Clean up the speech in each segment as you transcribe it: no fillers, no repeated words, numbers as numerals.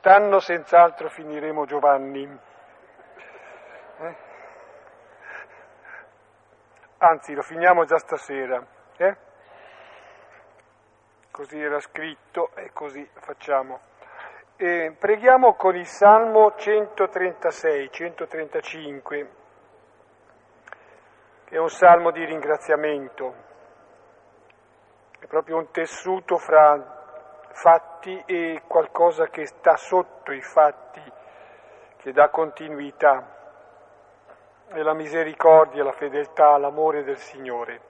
quest'anno senz'altro finiremo Giovanni. Anzi, lo finiamo già stasera. Così era scritto e così facciamo. Preghiamo con il Salmo 136, 135, che è un salmo di ringraziamento. È proprio un tessuto fra fatti e qualcosa che sta sotto i fatti, che dà continuità. È la misericordia, la fedeltà, l'amore del Signore.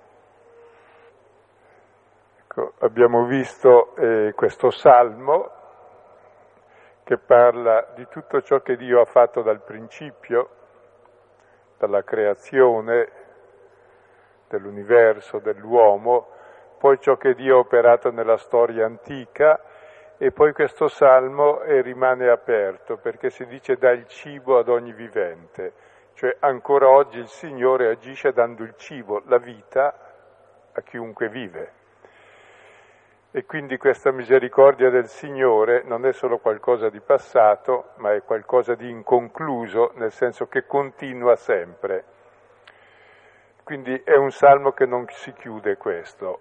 Ecco, abbiamo visto questo salmo che parla di tutto ciò che Dio ha fatto dal principio, dalla creazione dell'universo, dell'uomo, poi ciò che Dio ha operato nella storia antica, e poi questo salmo rimane aperto perché si dice dà il cibo ad ogni vivente, cioè ancora oggi il Signore agisce dando il cibo, la vita a chiunque vive. E quindi questa misericordia del Signore non è solo qualcosa di passato, ma è qualcosa di inconcluso, nel senso che continua sempre. Quindi è un salmo che non si chiude questo.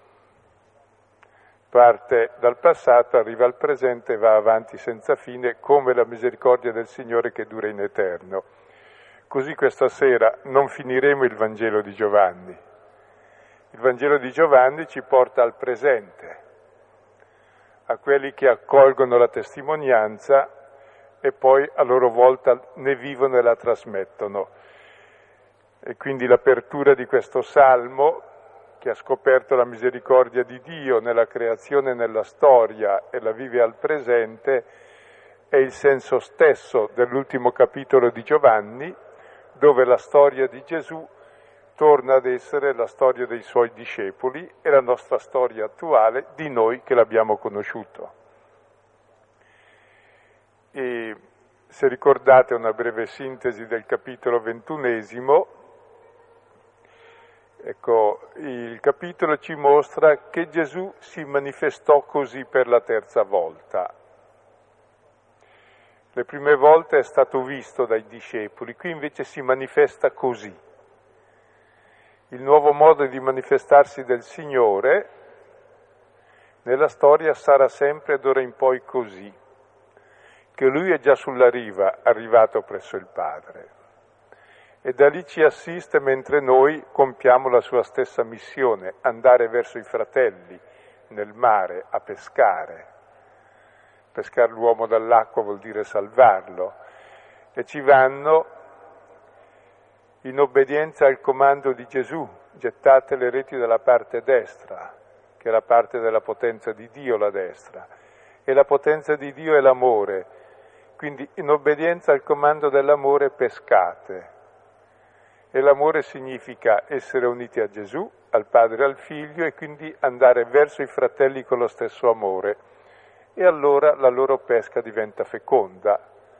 Parte dal passato, arriva al presente e va avanti senza fine, come la misericordia del Signore che dura in eterno. Così questa sera non finiremo il Vangelo di Giovanni. Il Vangelo di Giovanni ci porta al presente, a quelli che accolgono la testimonianza e poi a loro volta ne vivono e la trasmettono. E quindi l'apertura di questo salmo, che ha scoperto la misericordia di Dio nella creazione e nella storia e la vive al presente, è il senso stesso dell'ultimo capitolo di Giovanni, dove la storia di Gesù torna ad essere la storia dei suoi discepoli e la nostra storia attuale di noi che l'abbiamo conosciuto. E se ricordate una breve sintesi del capitolo 21, ecco, il capitolo ci mostra che Gesù si manifestò così per la terza volta. Le prime volte è stato visto dai discepoli, qui invece si manifesta così. Il nuovo modo di manifestarsi del Signore nella storia sarà sempre d'ora in poi così, che Lui è già sulla riva, arrivato presso il Padre, e da lì ci assiste mentre noi compiamo la sua stessa missione, andare verso i fratelli nel mare a pescare. Pescare l'uomo dall'acqua vuol dire salvarlo, e ci vanno in obbedienza al comando di Gesù: gettate le reti dalla parte destra, che è la parte della potenza di Dio, la destra, e la potenza di Dio è l'amore, quindi in obbedienza al comando dell'amore pescate, e l'amore significa essere uniti a Gesù, al Padre e al Figlio, e quindi andare verso i fratelli con lo stesso amore. E allora la loro pesca diventa feconda,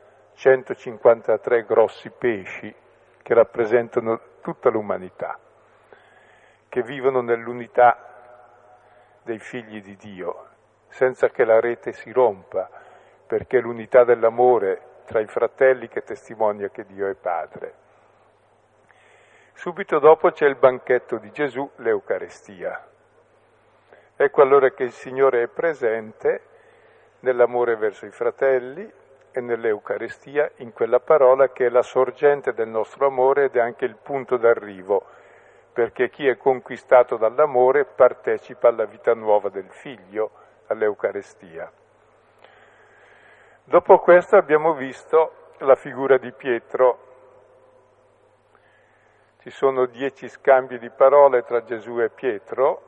153 grossi pesci che rappresentano tutta l'umanità, che vivono nell'unità dei figli di Dio, senza che la rete si rompa, perché è l'unità dell'amore tra i fratelli che testimonia che Dio è Padre. Subito dopo c'è il banchetto di Gesù, l'Eucarestia. Ecco allora che il Signore è presente nell'amore verso i fratelli e nell'Eucarestia, in quella parola che è la sorgente del nostro amore ed è anche il punto d'arrivo, perché chi è conquistato dall'amore partecipa alla vita nuova del Figlio, all'Eucarestia. Dopo questo abbiamo visto la figura di Pietro. Ci sono 10 scambi di parole tra Gesù e Pietro,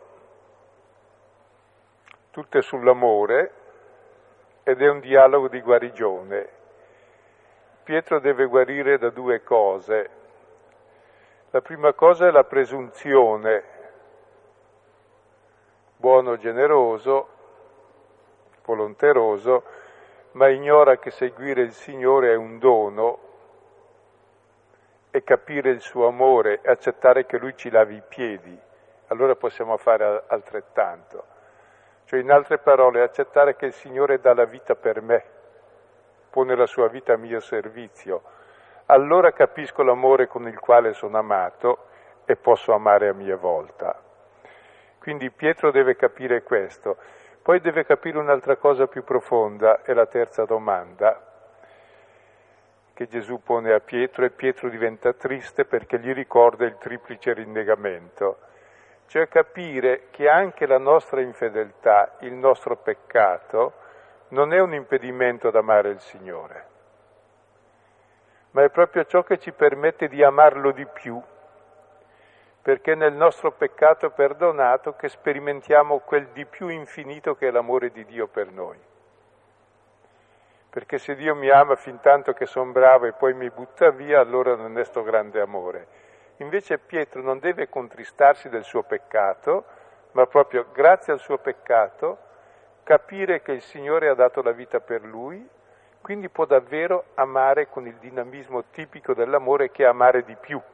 tutte sull'amore, ed è un dialogo di guarigione. Pietro deve guarire da 2 cose. La prima cosa è la presunzione, buono, generoso, volonteroso, ma ignora che seguire il Signore è un dono, e capire il suo amore e accettare che Lui ci lavi i piedi, allora possiamo fare altrettanto. Cioè, in altre parole, accettare che il Signore dà la vita per me, pone la sua vita a mio servizio, allora capisco l'amore con il quale sono amato e posso amare a mia volta. Quindi Pietro deve capire questo. Poi deve capire un'altra cosa più profonda, è la terza domanda che Gesù pone a Pietro, e Pietro diventa triste perché gli ricorda il triplice rinnegamento, cioè capire che anche la nostra infedeltà, il nostro peccato, non è un impedimento ad amare il Signore, ma è proprio ciò che ci permette di amarlo di più, perché è nel nostro peccato perdonato che sperimentiamo quel di più infinito che è l'amore di Dio per noi. Perché se Dio mi ama fin tanto che sono bravo e poi mi butta via, allora non è sto grande amore. Invece Pietro non deve contristarsi del suo peccato, ma proprio grazie al suo peccato capire che il Signore ha dato la vita per lui, quindi può davvero amare con il dinamismo tipico dell'amore, che è amare di più.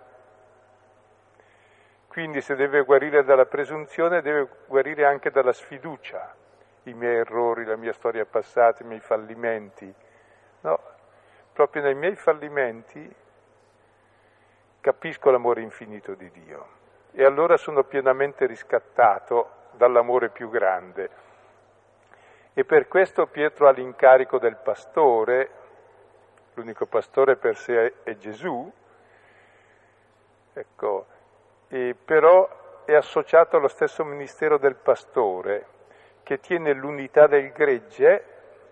Quindi se deve guarire dalla presunzione, deve guarire anche dalla sfiducia. I miei errori, la mia storia passata, i miei fallimenti. No, proprio nei miei fallimenti capisco l'amore infinito di Dio e allora sono pienamente riscattato dall'amore più grande. E per questo Pietro ha l'incarico del pastore, l'unico pastore per sé è Gesù, ecco, e però è associato allo stesso ministero del pastore, che tiene l'unità del gregge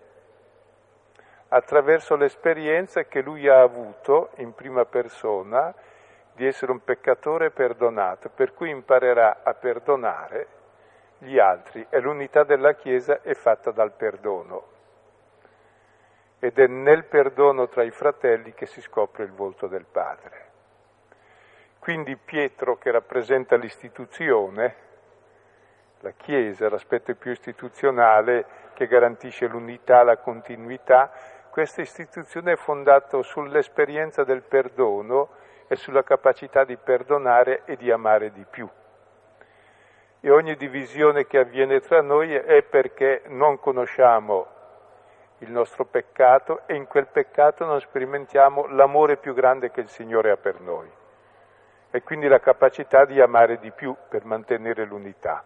attraverso l'esperienza che lui ha avuto in prima persona di essere un peccatore perdonato, per cui imparerà a perdonare gli altri, e l'unità della Chiesa è fatta dal perdono. Ed è nel perdono tra i fratelli che si scopre il volto del Padre. Quindi Pietro, che rappresenta l'istituzione, la Chiesa, l'aspetto più istituzionale che garantisce l'unità, la continuità, questa istituzione è fondata sull'esperienza del perdono e sulla capacità di perdonare e di amare di più. E ogni divisione che avviene tra noi è perché non conosciamo il nostro peccato e in quel peccato non sperimentiamo l'amore più grande che il Signore ha per noi. E quindi la capacità di amare di più per mantenere l'unità.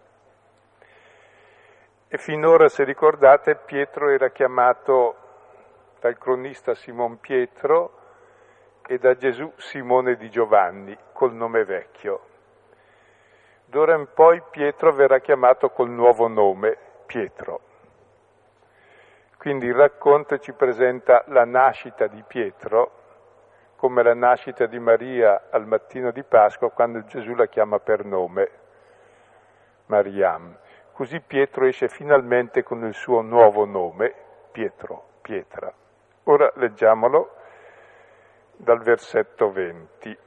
E finora, se ricordate, Pietro era chiamato dal cronista Simon Pietro e da Gesù Simone di Giovanni, col nome vecchio. D'ora in poi Pietro verrà chiamato col nuovo nome, Pietro. Quindi il racconto ci presenta la nascita di Pietro come la nascita di Maria al mattino di Pasqua, quando Gesù la chiama per nome, Mariam. Così Pietro esce finalmente con il suo nuovo nome, Pietro, Pietra. Ora leggiamolo dal versetto 20.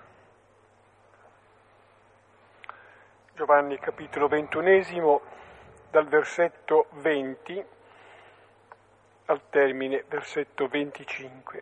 Giovanni capitolo 21, dal versetto 20 al termine, versetto 25.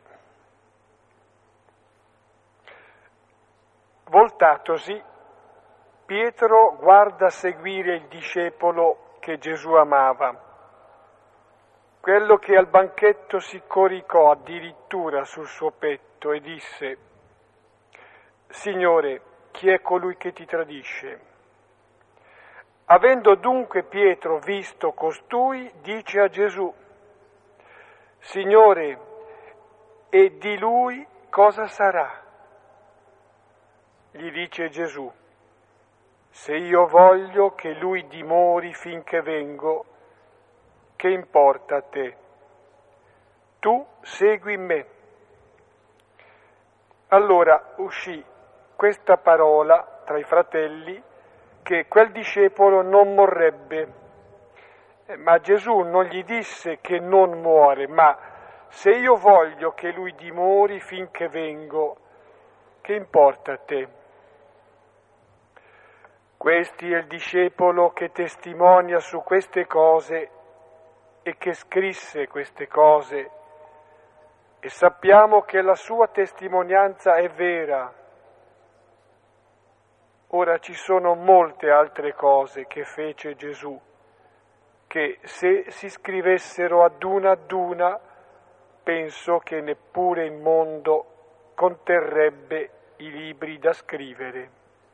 Voltatosi, Pietro guarda seguire il discepolo che Gesù amava, quello che al banchetto si coricò addirittura sul suo petto e disse: Signore, chi è colui che ti tradisce? Avendo dunque Pietro visto costui, dice a Gesù: Signore, e di lui cosa sarà? Gli dice Gesù: se io voglio che lui dimori finché vengo, che importa a te? Tu segui me. Allora uscì questa parola tra i fratelli, che quel discepolo non morrebbe. Ma Gesù non gli disse che non muore, ma se io voglio che lui dimori finché vengo, che importa a te? Questi è il discepolo che testimonia su queste cose e che scrisse queste cose, e sappiamo che la sua testimonianza è vera. Ora ci sono molte altre cose che fece Gesù, che se si scrivessero ad una penso che neppure il mondo conterrebbe i libri da scrivere.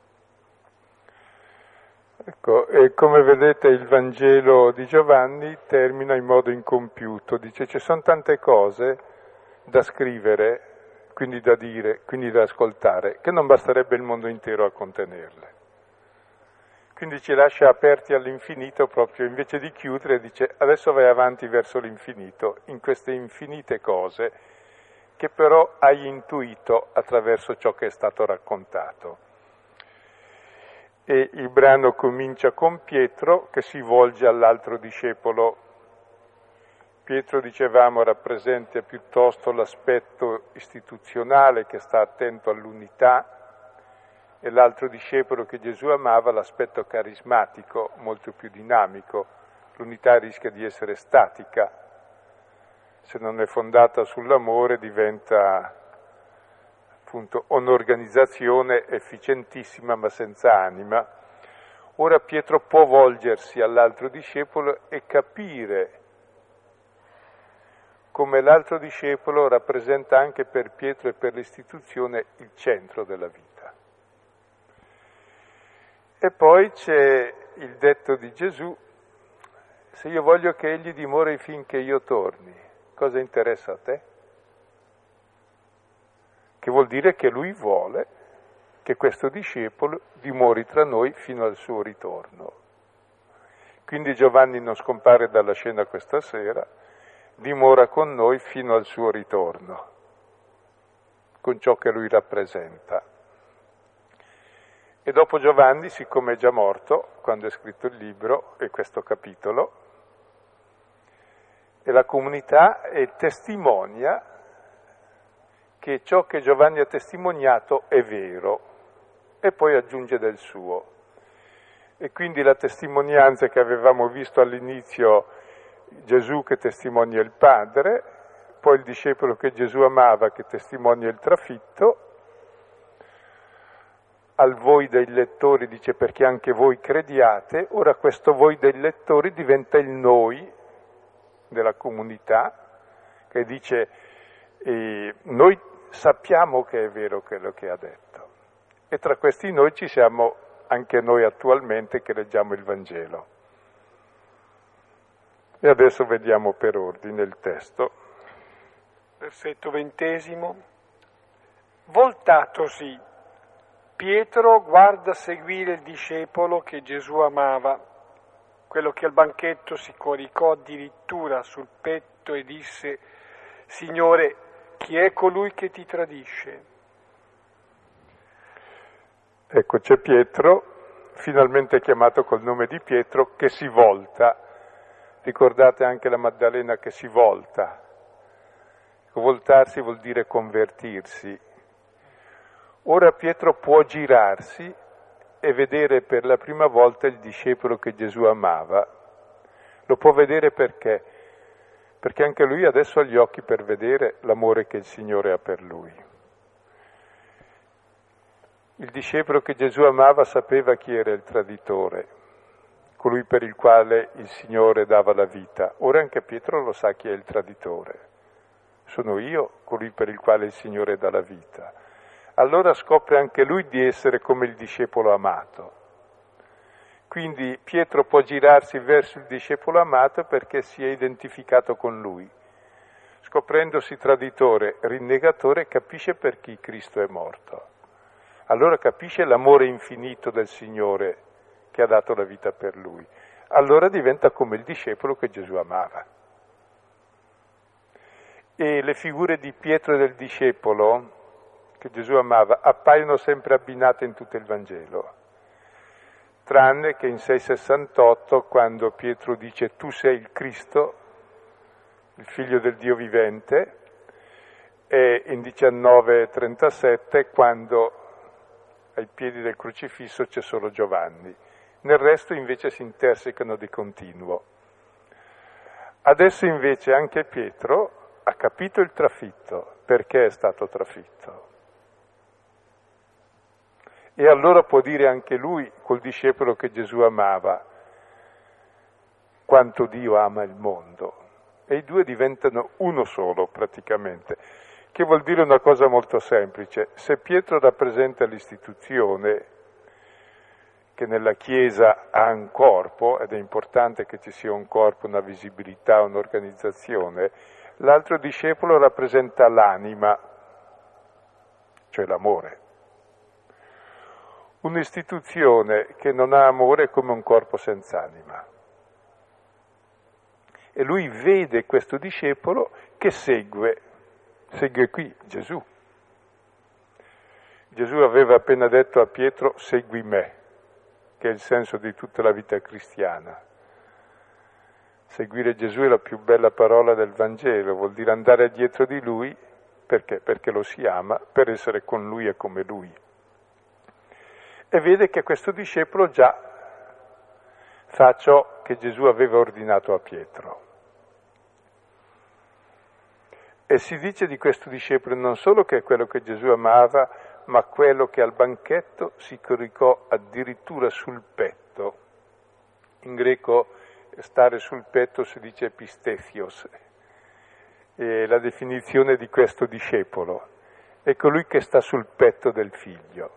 Ecco, e come vedete il Vangelo di Giovanni termina in modo incompiuto, dice ci sono tante cose da scrivere, quindi da dire, quindi da ascoltare, che non basterebbe il mondo intero a contenerle. Quindi ci lascia aperti all'infinito proprio, invece di chiudere dice adesso vai avanti verso l'infinito, in queste infinite cose che però hai intuito attraverso ciò che è stato raccontato. E il brano comincia con Pietro che si volge all'altro discepolo. Pietro, dicevamo, rappresenta piuttosto l'aspetto istituzionale che sta attento all'unità, e l'altro discepolo che Gesù amava l'aspetto carismatico, molto più dinamico. L'unità rischia di essere statica, se non è fondata sull'amore diventa appunto un'organizzazione efficientissima ma senza anima. Ora Pietro può volgersi all'altro discepolo e capire come l'altro discepolo rappresenta anche per Pietro e per l'istituzione il centro della vita. E poi c'è il detto di Gesù, se io voglio che egli dimori finché io torni, cosa interessa a te? Che vuol dire che lui vuole che questo discepolo dimori tra noi fino al suo ritorno. Quindi Giovanni non scompare dalla scena questa sera, dimora con noi fino al suo ritorno, con ciò che lui rappresenta. E dopo Giovanni, siccome è già morto, quando è scritto il libro e questo capitolo, e la comunità testimonia che ciò che Giovanni ha testimoniato è vero, e poi aggiunge del suo. E quindi la testimonianza che avevamo visto all'inizio, Gesù che testimonia il Padre, poi il discepolo che Gesù amava che testimonia il trafitto, al voi dei lettori dice perché anche voi crediate, ora questo voi dei lettori diventa il noi della comunità, che dice noi sappiamo che è vero quello che ha detto, e tra questi noi ci siamo anche noi attualmente che leggiamo il Vangelo. E adesso vediamo per ordine il testo. Versetto 20. Voltatosi, Pietro guarda seguire il discepolo che Gesù amava, quello che al banchetto si coricò addirittura sul petto e disse: Signore, chi è colui che ti tradisce? Ecco, c'è Pietro, finalmente chiamato col nome di Pietro, che si volta. Ricordate anche la Maddalena che si volta. Voltarsi vuol dire convertirsi. Ora Pietro può girarsi e vedere per la prima volta il discepolo che Gesù amava. Lo può vedere perché? Perché anche lui adesso ha gli occhi per vedere l'amore che il Signore ha per lui. Il discepolo che Gesù amava sapeva chi era il traditore, colui per il quale il Signore dava la vita. Ora anche Pietro lo sa chi è il traditore. Sono io colui per il quale il Signore dà la vita. Allora scopre anche lui di essere come il discepolo amato. Quindi Pietro può girarsi verso il discepolo amato perché si è identificato con lui. Scoprendosi traditore, rinnegatore, capisce per chi Cristo è morto. Allora capisce l'amore infinito del Signore che ha dato la vita per lui. Allora diventa come il discepolo che Gesù amava. E le figure di Pietro e del discepolo che Gesù amava appaiono sempre abbinate in tutto il Vangelo, tranne che in 6,68 quando Pietro dice tu sei il Cristo, il figlio del Dio vivente, e in 19,37 quando ai piedi del crocifisso c'è solo Giovanni. Nel resto invece si intersecano di continuo. Adesso invece anche Pietro ha capito il trafitto, perché è stato trafitto. E allora può dire anche lui, col discepolo che Gesù amava, quanto Dio ama il mondo. e i due diventano uno solo praticamente, che vuol dire una cosa molto semplice. Se Pietro rappresenta l'istituzione che nella Chiesa ha un corpo, ed è importante che ci sia un corpo, una visibilità, un'organizzazione, l'altro discepolo rappresenta l'anima, cioè l'amore. Un'istituzione che non ha amore è come un corpo senza anima. E lui vede questo discepolo che segue qui Gesù. Gesù aveva appena detto a Pietro: segui me, che è il senso di tutta la vita cristiana. Seguire Gesù è la più bella parola del Vangelo, vuol dire andare dietro di Lui, perché? Perché lo si ama, per essere con Lui e come Lui. E vede che questo discepolo già fa ciò che Gesù aveva ordinato a Pietro. E si dice di questo discepolo non solo che è quello che Gesù amava, ma quello che al banchetto si coricò addirittura sul petto. In greco stare sul petto si dice epistesios, è la definizione di questo discepolo. È colui che sta sul petto del figlio.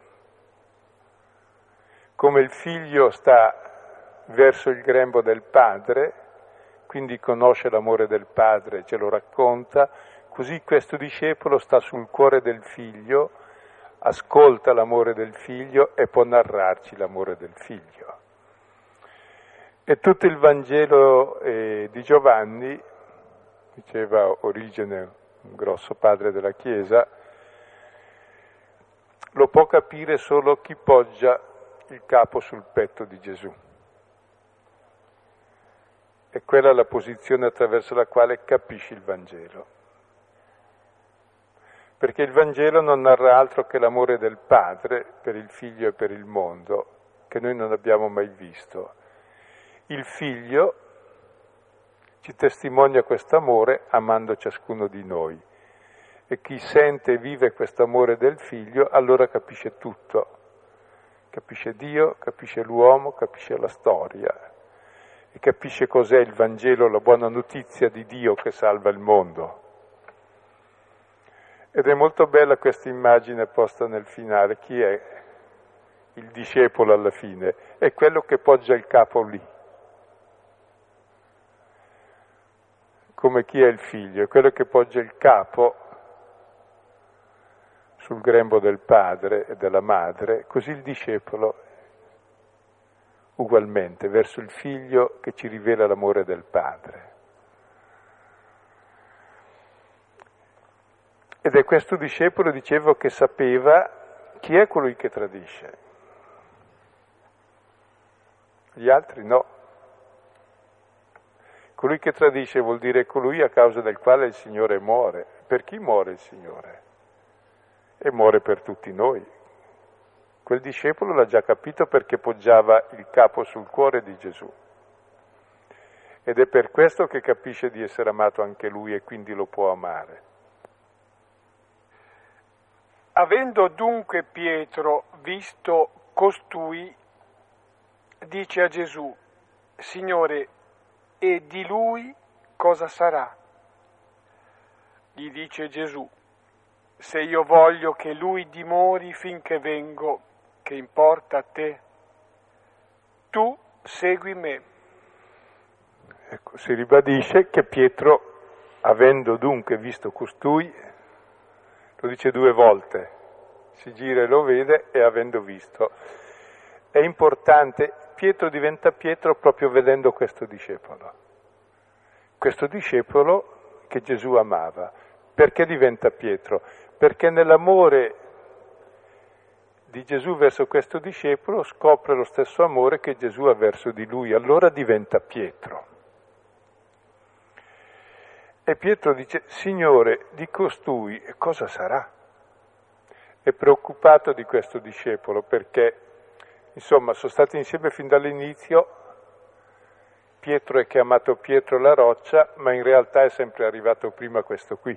Come il figlio sta verso il grembo del padre, quindi conosce l'amore del padre, ce lo racconta, così questo discepolo sta sul cuore del figlio, ascolta l'amore del figlio e può narrarci l'amore del figlio. E tutto il Vangelo di Giovanni, diceva Origene, un grosso padre della Chiesa, lo può capire solo chi poggia il capo sul petto di Gesù. E quella è la posizione attraverso la quale capisci il Vangelo. Perché il Vangelo non narra altro che l'amore del Padre per il Figlio e per il mondo, che noi non abbiamo mai visto. Il Figlio ci testimonia questo amore amando ciascuno di noi. E chi sente e vive questo amore del Figlio, allora capisce tutto. Capisce Dio, capisce l'uomo, capisce la storia e capisce cos'è il Vangelo, la buona notizia di Dio che salva il mondo. Ed è molto bella questa immagine posta nel finale. Chi è il discepolo alla fine? È quello che poggia il capo lì. Come chi è il figlio? È quello che poggia il capo sul grembo del padre e della madre, così il discepolo ugualmente verso il figlio che ci rivela l'amore del padre. Ed è questo discepolo, dicevo, che sapeva chi è colui che tradisce. Gli altri no. Colui che tradisce vuol dire colui a causa del quale il Signore muore. Per chi muore il Signore? E muore per tutti noi. Quel discepolo l'ha già capito perché poggiava il capo sul cuore di Gesù. Ed è per questo che capisce di essere amato anche lui e quindi lo può amare. Avendo dunque Pietro visto costui, dice a Gesù: Signore, e di lui cosa sarà? Gli dice Gesù: se io voglio che lui dimori finché vengo, che importa a te? Tu segui me. Ecco, si ribadisce che Pietro, avendo dunque visto costui, lo dice 2 volte, si gira e lo vede e avendo visto. È importante, Pietro diventa Pietro proprio vedendo questo discepolo che Gesù amava. Perché diventa Pietro? Perché nell'amore di Gesù verso questo discepolo scopre lo stesso amore che Gesù ha verso di lui, allora diventa Pietro. E Pietro dice: Signore, di costui cosa sarà? È preoccupato di questo discepolo perché, insomma, sono stati insieme fin dall'inizio. Pietro è chiamato Pietro la roccia, ma in realtà è sempre arrivato prima questo qui.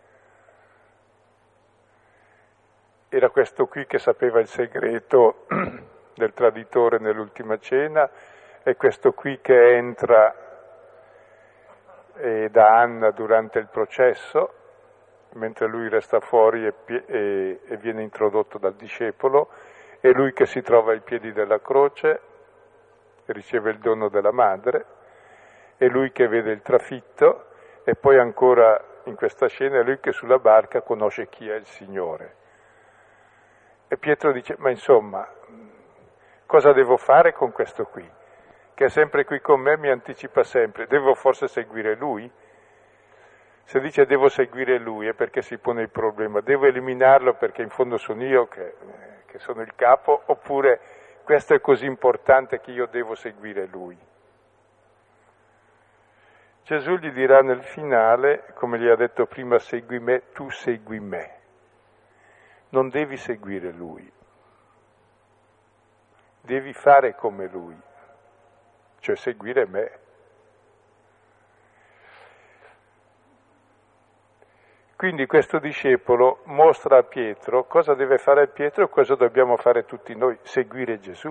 Era questo qui che sapeva il segreto del traditore nell'ultima cena, è questo qui che entra e da Anna durante il processo, mentre lui resta fuori e viene introdotto dal discepolo, è lui che si trova ai piedi della croce, riceve il dono della madre, è lui che vede il trafitto, e poi ancora in questa scena è lui che sulla barca conosce chi è il Signore. E Pietro dice, ma insomma, cosa devo fare con questo qui? Che è sempre qui con me, mi anticipa sempre, devo forse seguire lui? Se dice devo seguire lui è perché si pone il problema, devo eliminarlo perché in fondo sono io che sono il capo, oppure questo è così importante che io devo seguire lui. Gesù gli dirà nel finale, come gli ha detto prima, segui me, tu segui me. Non devi seguire lui, devi fare come lui, cioè seguire me. Quindi questo discepolo mostra a Pietro cosa deve fare Pietro e cosa dobbiamo fare tutti noi, seguire Gesù.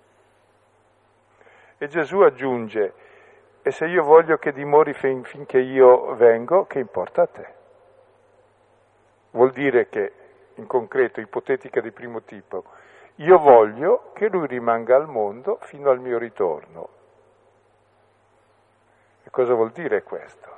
E Gesù aggiunge, e se io voglio che dimori finché io vengo, che importa a te? Vuol dire che, in concreto, ipotetica di primo tipo, io voglio che lui rimanga al mondo fino al mio ritorno. E cosa vuol dire questo?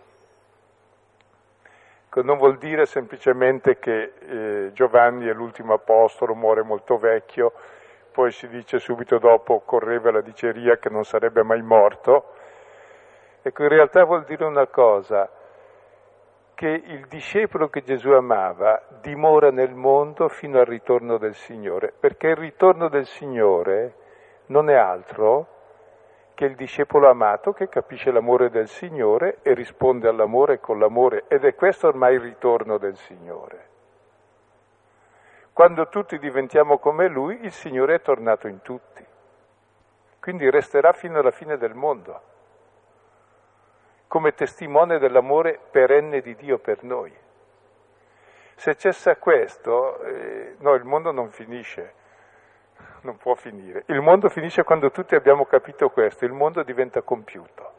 Non vuol dire semplicemente che Giovanni è l'ultimo apostolo, muore molto vecchio, poi si dice subito dopo correva la diceria che non sarebbe mai morto. Ecco, in realtà vuol dire una cosa, che il discepolo che Gesù amava dimora nel mondo fino al ritorno del Signore, perché il ritorno del Signore non è altro che il discepolo amato che capisce l'amore del Signore e risponde all'amore con l'amore, ed è questo ormai il ritorno del Signore. Quando tutti diventiamo come Lui, il Signore è tornato in tutti, quindi resterà fino alla fine del mondo, come testimone dell'amore perenne di Dio per noi. Se cessa questo, no, il mondo non finisce. Non può finire. Il mondo finisce quando tutti abbiamo capito questo, il mondo diventa compiuto.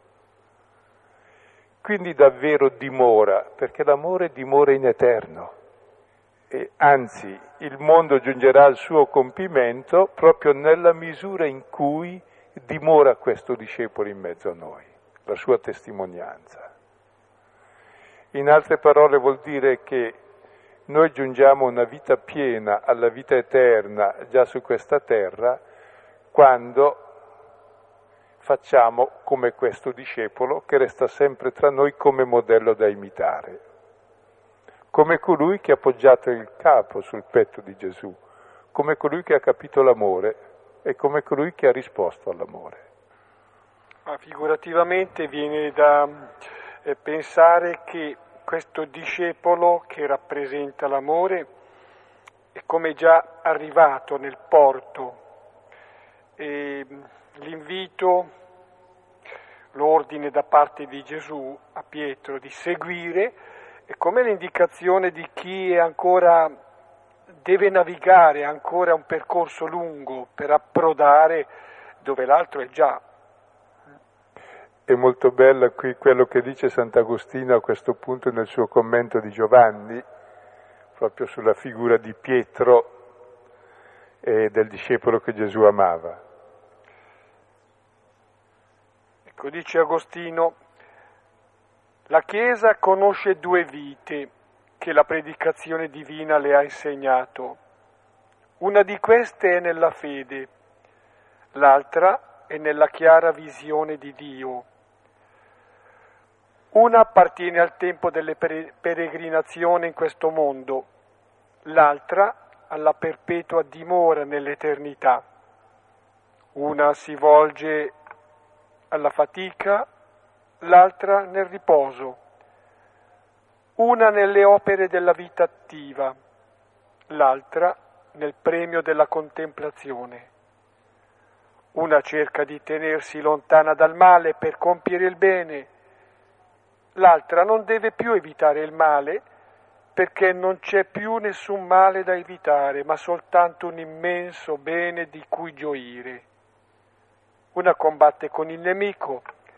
Quindi davvero dimora, perché l'amore dimora in eterno. E anzi, il mondo giungerà al suo compimento proprio nella misura in cui dimora questo discepolo in mezzo a noi, la sua testimonianza. In altre parole vuol dire che noi giungiamo a una vita piena, alla vita eterna già su questa terra, quando facciamo come questo discepolo che resta sempre tra noi come modello da imitare, come colui che ha appoggiato il capo sul petto di Gesù, come colui che ha capito l'amore e come colui che ha risposto all'amore. Ma figurativamente viene da pensare che questo discepolo che rappresenta l'amore è come già arrivato nel porto e l'invito, l'ordine da parte di Gesù a Pietro di seguire è come l'indicazione di chi è ancora deve navigare ancora un percorso lungo per approdare dove l'altro è già. È molto bello qui quello che dice Sant'Agostino a questo punto nel suo commento di Giovanni, proprio sulla figura di Pietro e del discepolo che Gesù amava. Ecco, dice Agostino, la Chiesa conosce due vite che la predicazione divina le ha insegnato. Una di queste è nella fede, l'altra è nella chiara visione di Dio. Una appartiene al tempo delle peregrinazioni in questo mondo, l'altra alla perpetua dimora nell'eternità. Una si volge alla fatica, l'altra nel riposo. Una nelle opere della vita attiva, l'altra nel premio della contemplazione. Una cerca di tenersi lontana dal male per compiere il bene, l'altra non deve più evitare il male perché non c'è più nessun male da evitare, ma soltanto un immenso bene di cui gioire. Una combatte con il nemico,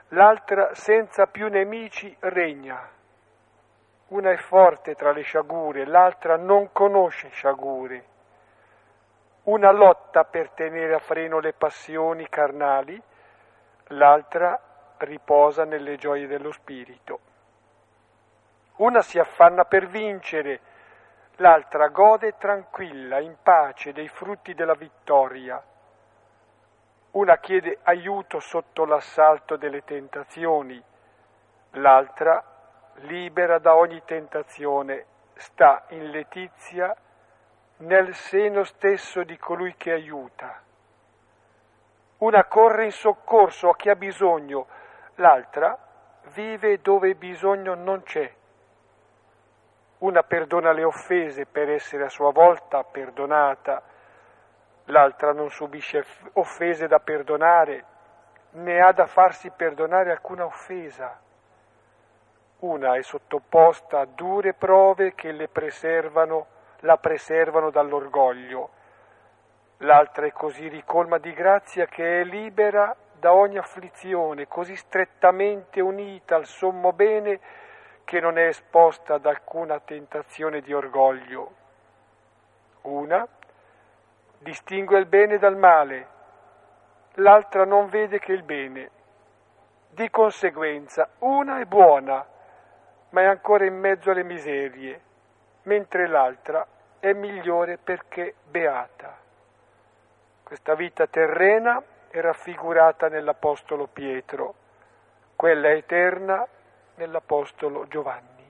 l'altra senza più nemici regna. Una è forte tra le sciagure, l'altra non conosce sciagure. Una lotta per tenere a freno le passioni carnali, l'altra riposa nelle gioie dello spirito. Una si affanna per vincere, l'altra gode tranquilla, in pace, dei frutti della vittoria. Una chiede aiuto sotto l'assalto delle tentazioni, l'altra, libera da ogni tentazione, sta in letizia nel seno stesso di colui che aiuta. Una corre in soccorso a chi ha bisogno, l'altra vive dove bisogno non c'è. Una perdona le offese per essere a sua volta perdonata, l'altra non subisce offese da perdonare, né ha da farsi perdonare alcuna offesa. Una è sottoposta a dure prove che la preservano dall'orgoglio, l'altra è così ricolma di grazia che è libera da ogni afflizione, così strettamente unita al sommo bene che non è esposta ad alcuna tentazione di orgoglio. Una distingue il bene dal male, l'altra non vede che il bene. Di conseguenza, una è buona, ma è ancora in mezzo alle miserie, mentre l'altra è migliore perché beata. Questa vita terrena è raffigurata nell'Apostolo Pietro, quella eterna nell'Apostolo Giovanni.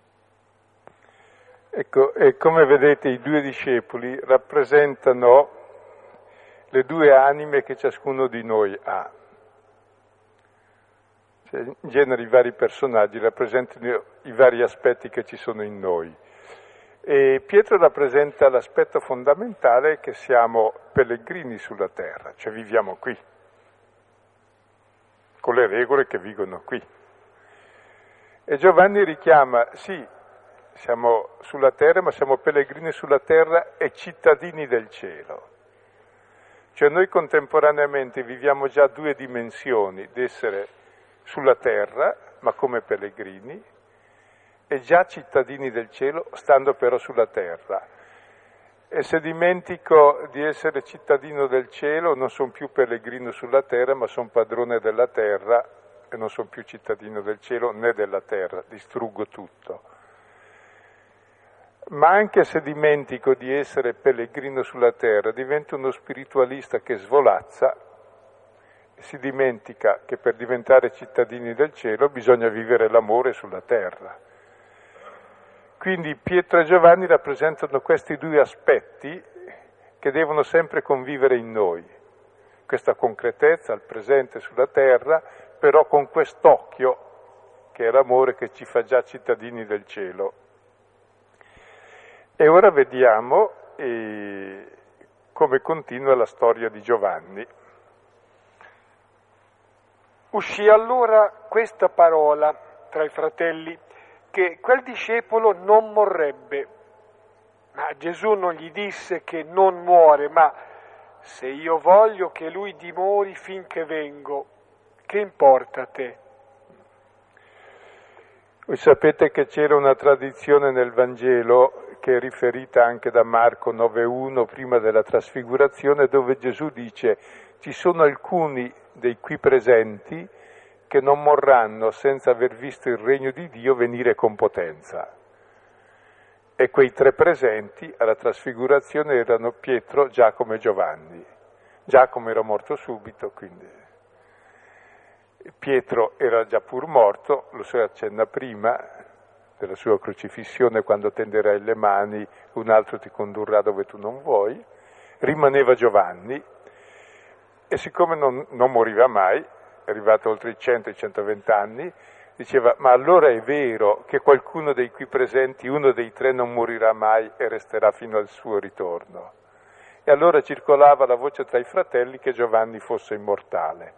Ecco, e come vedete i due discepoli rappresentano le due anime che ciascuno di noi ha. Cioè, in genere i vari personaggi rappresentano i vari aspetti che ci sono in noi. E Pietro rappresenta l'aspetto fondamentale che siamo pellegrini sulla terra, cioè viviamo qui, con le regole che vigono qui. E Giovanni richiama, sì, siamo sulla terra, ma siamo pellegrini sulla terra e cittadini del cielo. Cioè noi contemporaneamente viviamo già due dimensioni, di essere sulla terra, ma come pellegrini, e già cittadini del cielo, stando però sulla terra. E se dimentico di essere cittadino del cielo, non sono più pellegrino sulla terra, ma sono padrone della terra e non sono più cittadino del cielo né della terra, distruggo tutto. Ma anche se dimentico di essere pellegrino sulla terra, divento uno spiritualista che svolazza e si dimentica che per diventare cittadini del cielo bisogna vivere l'amore sulla terra. Quindi Pietro e Giovanni rappresentano questi due aspetti che devono sempre convivere in noi, questa concretezza, il presente sulla terra, però con quest'occhio che è l'amore che ci fa già cittadini del cielo. E ora vediamo come continua la storia di Giovanni. Uscì allora questa parola tra i fratelli, che quel discepolo non morrebbe. Ma Gesù non gli disse che non muore, ma se io voglio che lui dimori finché vengo, che importa a te? Voi sapete che c'era una tradizione nel Vangelo che è riferita anche da Marco 9,1 prima della trasfigurazione, dove Gesù dice: ci sono alcuni dei qui presenti che non morranno senza aver visto il regno di Dio venire con potenza. E quei tre presenti alla trasfigurazione erano Pietro, Giacomo e Giovanni. Giacomo era morto subito, quindi Pietro era già pur morto, lo si accenna prima della sua crocifissione, quando tenderai le mani, un altro ti condurrà dove tu non vuoi. Rimaneva Giovanni e siccome non moriva mai, è arrivato oltre i 100 e 120 anni, diceva: ma allora è vero che qualcuno dei qui presenti, uno dei tre, non morirà mai e resterà fino al suo ritorno. E allora circolava la voce tra i fratelli che Giovanni fosse immortale.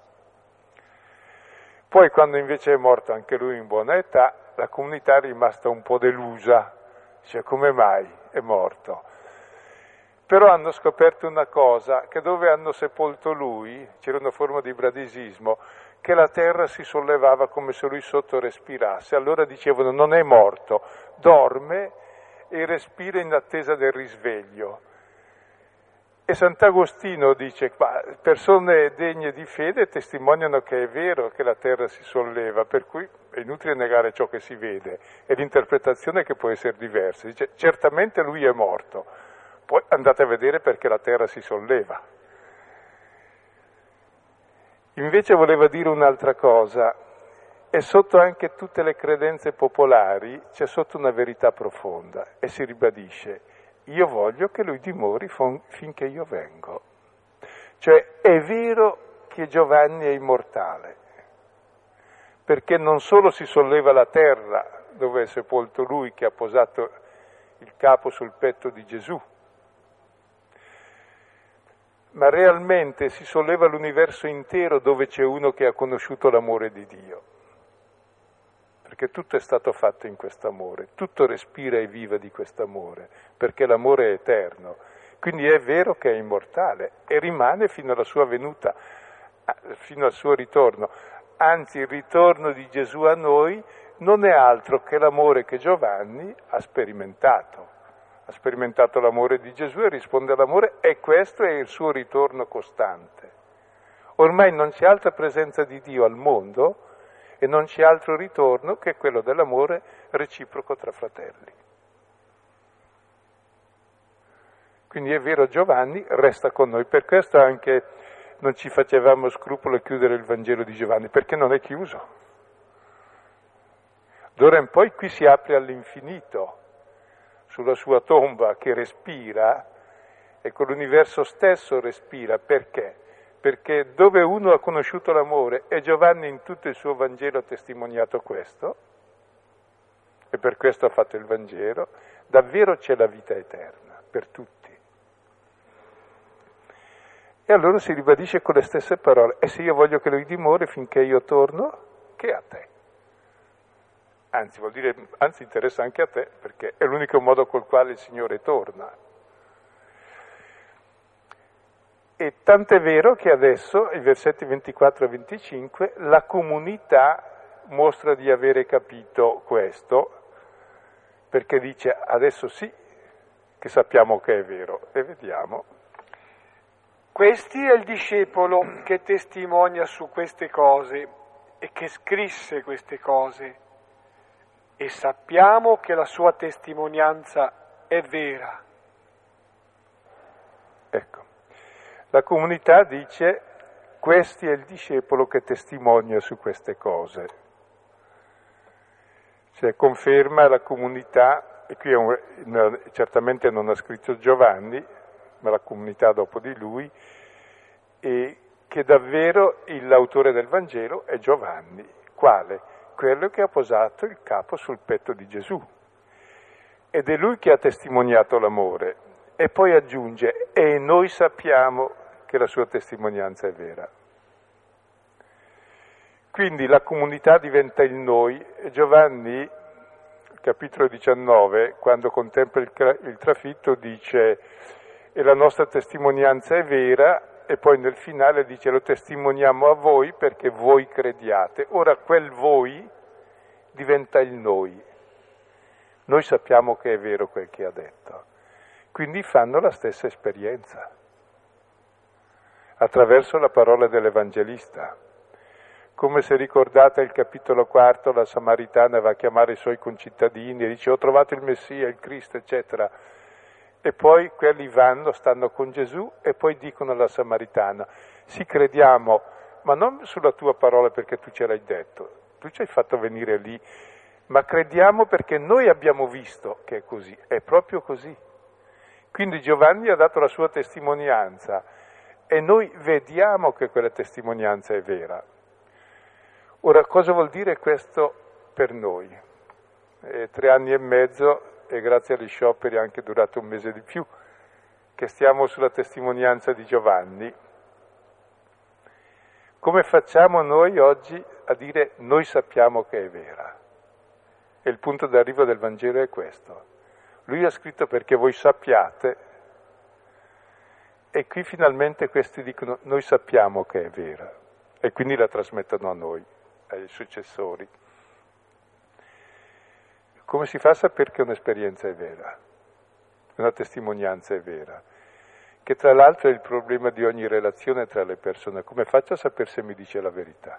Poi, quando invece è morto anche lui in buona età, la comunità è rimasta un po' delusa, dice: come mai è morto? Però hanno scoperto una cosa, che dove hanno sepolto lui, c'era una forma di bradisismo, che la terra si sollevava come se lui sotto respirasse. Allora dicevano non è morto, dorme e respira in attesa del risveglio. E Sant'Agostino dice, persone degne di fede testimoniano che è vero che la terra si solleva, per cui è inutile negare ciò che si vede, è l'interpretazione che può essere diversa. Dice, certamente lui è morto, poi andate a vedere perché la terra si solleva. Invece voleva dire un'altra cosa, e sotto anche tutte le credenze popolari c'è sotto una verità profonda, e si ribadisce, io voglio che lui dimori finché io vengo. Cioè è vero che Giovanni è immortale, perché non solo si solleva la terra dove è sepolto lui che ha posato il capo sul petto di Gesù, ma realmente si solleva l'universo intero dove c'è uno che ha conosciuto l'amore di Dio. Perché tutto è stato fatto in quest'amore, tutto respira e vive di quest'amore, perché l'amore è eterno. Quindi è vero che è immortale e rimane fino alla sua venuta, fino al suo ritorno. Anzi, il ritorno di Gesù a noi non è altro che l'amore che Giovanni ha sperimentato. Ha sperimentato l'amore di Gesù e risponde all'amore e questo è il suo ritorno costante. Ormai non c'è altra presenza di Dio al mondo e non c'è altro ritorno che quello dell'amore reciproco tra fratelli. Quindi è vero, Giovanni resta con noi, per questo anche non ci facevamo scrupolo a chiudere il Vangelo di Giovanni, perché non è chiuso. D'ora in poi qui si apre all'infinito, sulla sua tomba che respira, e con l'universo stesso respira, perché? Perché dove uno ha conosciuto l'amore, e Giovanni in tutto il suo Vangelo ha testimoniato questo, e per questo ha fatto il Vangelo, davvero c'è la vita eterna, per tutti. E allora si ribadisce con le stesse parole, e se io voglio che lui dimori finché io torno, che a te. Anzi interessa anche a te, perché è l'unico modo col quale il Signore torna. E tant'è vero che adesso, i versetti 24 e 25, la comunità mostra di avere capito questo, perché dice adesso sì che sappiamo che è vero, e vediamo. Questi è il discepolo che testimonia su queste cose e che scrisse queste cose, e sappiamo che la sua testimonianza è vera. Ecco. La comunità dice, questi è il discepolo che testimonia su queste cose. Cioè conferma la comunità, e qui certamente non ha scritto Giovanni, ma la comunità dopo di lui, e che davvero l'autore del Vangelo è Giovanni. Quale? Quello che ha posato il capo sul petto di Gesù. Ed è lui che ha testimoniato l'amore. E poi aggiunge, e noi sappiamo che la sua testimonianza è vera. Quindi la comunità diventa il noi, e Giovanni, capitolo 19, quando contempla il trafitto, dice, e la nostra testimonianza è vera, e poi nel finale dice, lo testimoniamo a voi perché voi crediate. Ora quel voi diventa il noi. Noi sappiamo che è vero quel che ha detto. Quindi fanno la stessa esperienza, attraverso la parola dell'Evangelista. Come se ricordate il capitolo 4, la Samaritana va a chiamare i suoi concittadini e dice ho trovato il Messia, il Cristo, eccetera. E poi quelli stanno con Gesù e poi dicono alla Samaritana, sì crediamo, ma non sulla tua parola perché tu ce l'hai detto, tu ci hai fatto venire lì, ma crediamo perché noi abbiamo visto che è così, è proprio così. Quindi Giovanni ha dato la sua testimonianza e noi vediamo che quella testimonianza è vera. Ora, cosa vuol dire questo per noi? 3 anni e mezzo, e grazie agli scioperi è anche durato un mese di più, che stiamo sulla testimonianza di Giovanni. Come facciamo noi oggi a dire noi sappiamo che è vera? E il punto d'arrivo del Vangelo è questo. Lui ha scritto perché voi sappiate, e qui finalmente questi dicono noi sappiamo che è vera. e quindi la trasmettono a noi, ai successori. Come si fa a sapere che un'esperienza è vera, una testimonianza è vera? Che tra l'altro è il problema di ogni relazione tra le persone. Come faccio a sapere se mi dice la verità?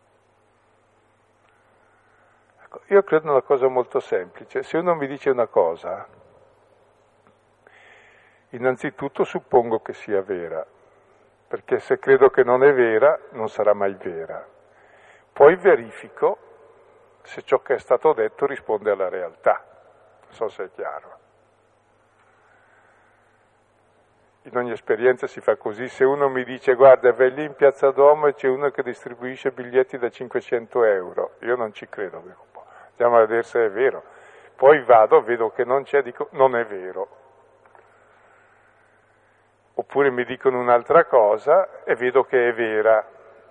Ecco, io credo una cosa molto semplice. Se uno mi dice una cosa, innanzitutto suppongo che sia vera, perché se credo che non è vera, non sarà mai vera. Poi verifico se ciò che è stato detto risponde alla realtà. Non so se è chiaro. In ogni esperienza si fa così. Se uno mi dice guarda, vai lì in Piazza Duomo e c'è uno che distribuisce biglietti da 500 euro, io non ci credo, dico, andiamo a vedere se è vero. Poi vado, vedo che non c'è, dico non è vero. Oppure mi dicono un'altra cosa e vedo che è vera.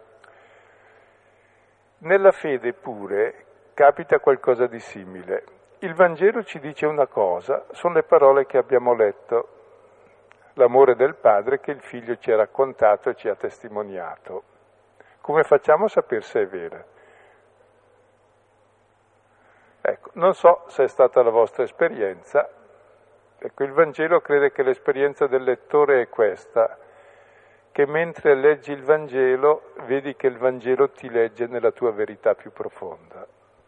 Nella fede pure capita qualcosa di simile. Il Vangelo ci dice una cosa, sono le parole che abbiamo letto, l'amore del Padre che il Figlio ci ha raccontato e ci ha testimoniato. Come facciamo a sapere se è vera? Ecco, non so se è stata la vostra esperienza. Ecco, il Vangelo crede che l'esperienza del lettore è questa, che mentre leggi il Vangelo vedi che il Vangelo ti legge nella tua verità più profonda.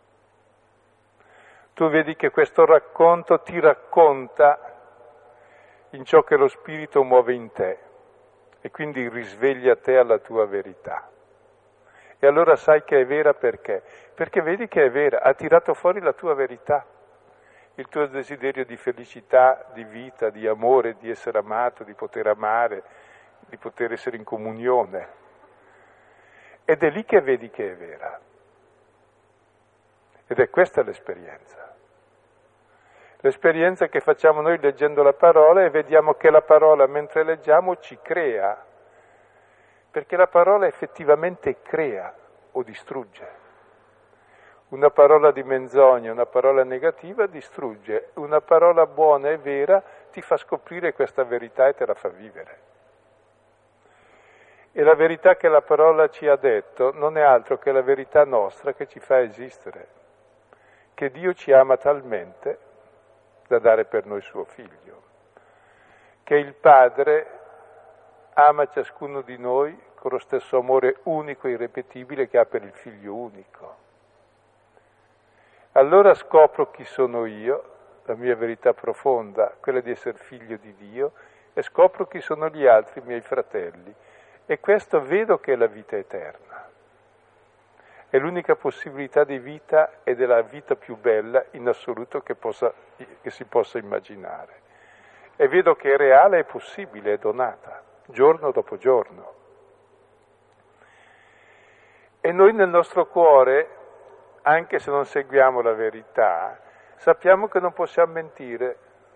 Tu vedi che questo racconto ti racconta in ciò che lo Spirito muove in te e quindi risveglia te alla tua verità. E allora sai che è vera perché? Perché vedi che è vera, ha tirato fuori la tua verità, il tuo desiderio di felicità, di vita, di amore, di essere amato, di poter amare, di poter essere in comunione. Ed è lì che vedi che è vera. Ed è questa l'esperienza. L'esperienza che facciamo noi leggendo la parola e vediamo che la parola mentre leggiamo ci crea, perché la parola effettivamente crea o distrugge. Una parola di menzogna, una parola negativa distrugge, una parola buona e vera ti fa scoprire questa verità e te la fa vivere. E la verità che la parola ci ha detto non è altro che la verità nostra che ci fa esistere, che Dio ci ama talmente da dare per noi suo Figlio, che il Padre ama ciascuno di noi con lo stesso amore unico e irripetibile che ha per il Figlio unico. Allora scopro chi sono io, la mia verità profonda, quella di essere figlio di Dio, e scopro chi sono gli altri miei fratelli. E questo vedo che è la vita eterna. È l'unica possibilità di vita ed è la vita più bella in assoluto che si possa immaginare. E vedo che è reale, è possibile, è donata, giorno dopo giorno. E noi nel nostro cuore, anche se non seguiamo la verità, sappiamo che non possiamo mentire.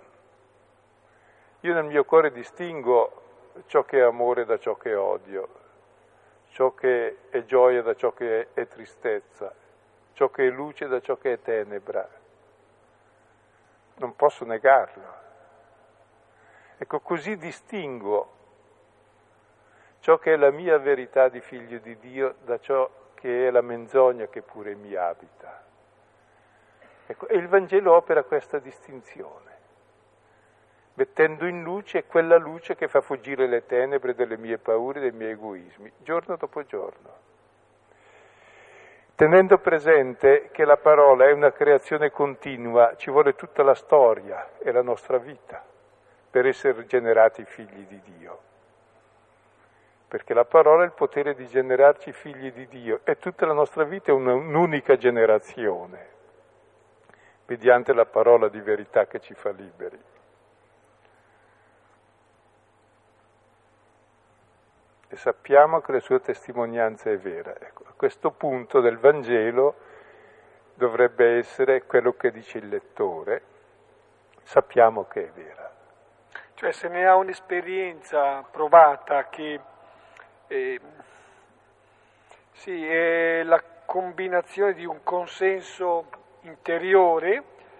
Io nel mio cuore distingo ciò che è amore da ciò che è odio, ciò che è gioia da ciò che è tristezza, ciò che è luce da ciò che è tenebra. Non posso negarlo. Ecco, così distingo ciò che è la mia verità di figlio di Dio da ciò che è la menzogna che pure mi abita. Ecco, e il Vangelo opera questa distinzione, mettendo in luce quella luce che fa fuggire le tenebre delle mie paure, dei miei egoismi, giorno dopo giorno. Tenendo presente che la parola è una creazione continua, ci vuole tutta la storia e la nostra vita per essere generati figli di Dio. Perché la parola ha il potere di generarci figli di Dio e tutta la nostra vita è un'unica generazione, mediante la parola di verità che ci fa liberi. E sappiamo che la sua testimonianza è vera. Ecco, a questo punto del Vangelo dovrebbe essere quello che dice il lettore, sappiamo che è vera. Cioè se ne ha un'esperienza provata che sì, è la combinazione di un consenso interiore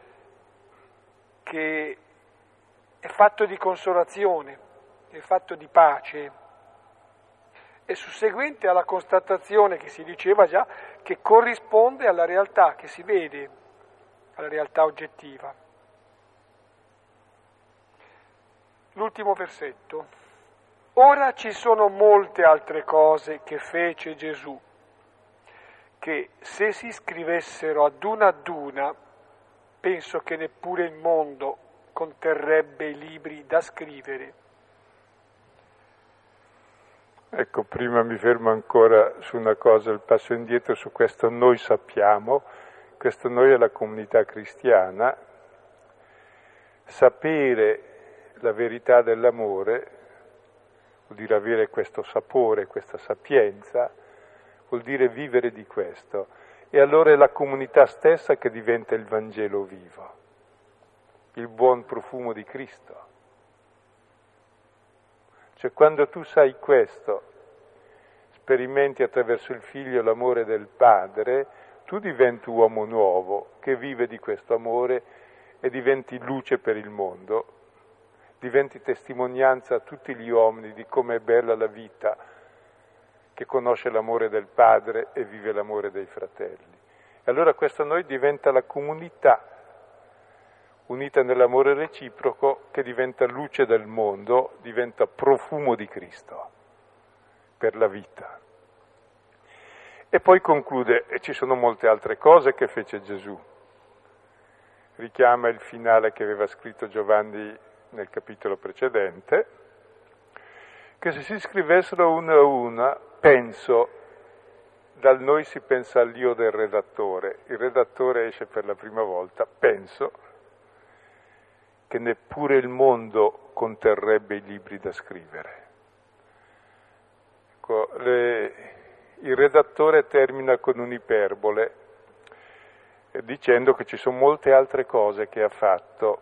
che è fatto di consolazione, è fatto di pace, è susseguente alla constatazione che si diceva già, che corrisponde alla realtà che si vede, alla realtà oggettiva. L'ultimo versetto. Ora ci sono molte altre cose che fece Gesù, che se si scrivessero ad una, penso che neppure il mondo conterrebbe i libri da scrivere. Ecco, prima mi fermo ancora su una cosa, il passo indietro su questo noi sappiamo, questo noi è la comunità cristiana, sapere la verità dell'amore vuol dire avere questo sapore, questa sapienza, vuol dire vivere di questo. E allora è la comunità stessa che diventa il Vangelo vivo, il buon profumo di Cristo. Cioè quando tu sai questo, sperimenti attraverso il Figlio l'amore del Padre, tu diventi uomo nuovo che vive di questo amore e diventi luce per il mondo, diventi testimonianza a tutti gli uomini di come è bella la vita, che conosce l'amore del Padre e vive l'amore dei fratelli. E allora questo noi diventa la comunità, unita nell'amore reciproco, che diventa luce del mondo, diventa profumo di Cristo per la vita. E poi conclude, e ci sono molte altre cose che fece Gesù. Richiama il finale che aveva scritto Giovanni nel capitolo precedente, che se si scrivessero una a una, penso, dal noi si pensa all'io del redattore, il redattore esce per la prima volta, penso che neppure il mondo conterrebbe i libri da scrivere. Ecco, il redattore termina con un'iperbole, dicendo che ci sono molte altre cose che ha fatto,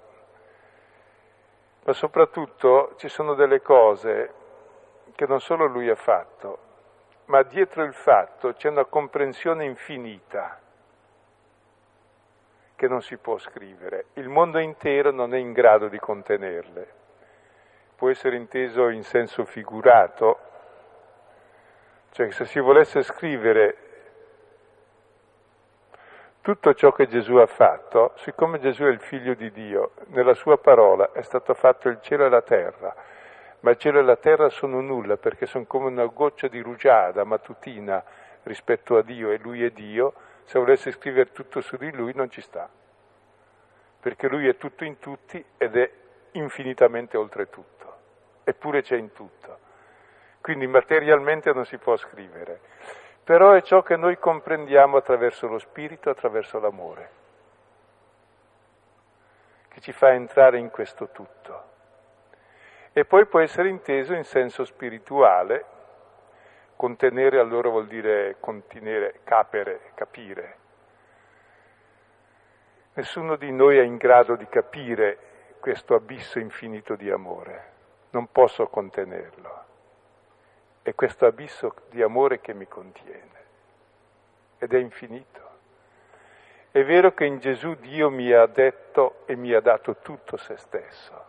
ma soprattutto ci sono delle cose che non solo lui ha fatto, ma dietro il fatto c'è una comprensione infinita che non si può scrivere. Il mondo intero non è in grado di contenerle. Può essere inteso in senso figurato, cioè se si volesse scrivere tutto ciò che Gesù ha fatto, siccome Gesù è il Figlio di Dio, nella sua parola è stato fatto il cielo e la terra, ma il cielo e la terra sono nulla perché sono come una goccia di rugiada mattutina rispetto a Dio e Lui è Dio. Se volesse scrivere tutto su di Lui non ci sta, perché Lui è tutto in tutti ed è infinitamente oltre tutto, eppure c'è in tutto. Quindi materialmente non si può scrivere, però è ciò che noi comprendiamo attraverso lo Spirito, attraverso l'amore, che ci fa entrare in questo tutto. E poi può essere inteso in senso spirituale, contenere allora vuol dire contenere, capere, capire. Nessuno di noi è in grado di capire questo abisso infinito di amore, non posso contenerlo. È questo abisso di amore che mi contiene ed è infinito. È vero che in Gesù Dio mi ha detto e mi ha dato tutto se stesso.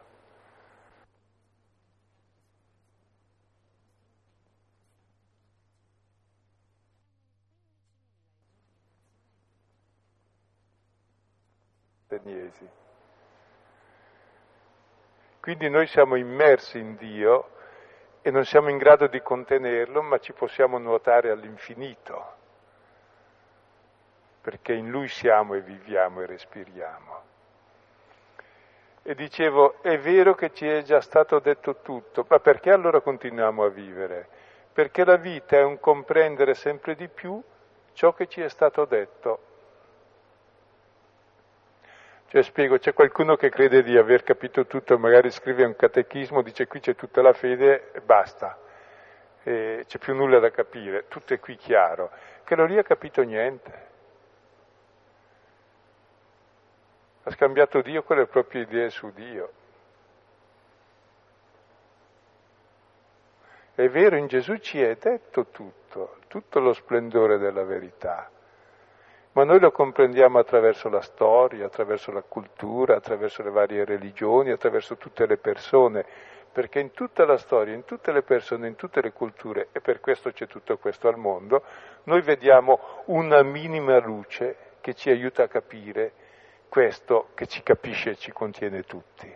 Quindi noi siamo immersi in Dio e non siamo in grado di contenerlo, ma ci possiamo nuotare all'infinito, perché in Lui siamo e viviamo e respiriamo. E dicevo, è vero che ci è già stato detto tutto, ma perché allora continuiamo a vivere? Perché la vita è un comprendere sempre di più ciò che ci è stato detto. Cioè spiego, c'è qualcuno che crede di aver capito tutto, magari scrive un catechismo, dice qui c'è tutta la fede e basta, e c'è più nulla da capire, tutto è qui chiaro, che non lì ha capito niente. Ha scambiato Dio con le proprie idee su Dio. È vero, in Gesù ci è detto tutto lo splendore della verità. ma noi lo comprendiamo attraverso la storia, attraverso la cultura, attraverso le varie religioni, attraverso tutte le persone, perché in tutta la storia, in tutte le persone, in tutte le culture, e per questo c'è tutto questo al mondo, noi vediamo una minima luce che ci aiuta a capire questo che ci capisce e ci contiene tutti.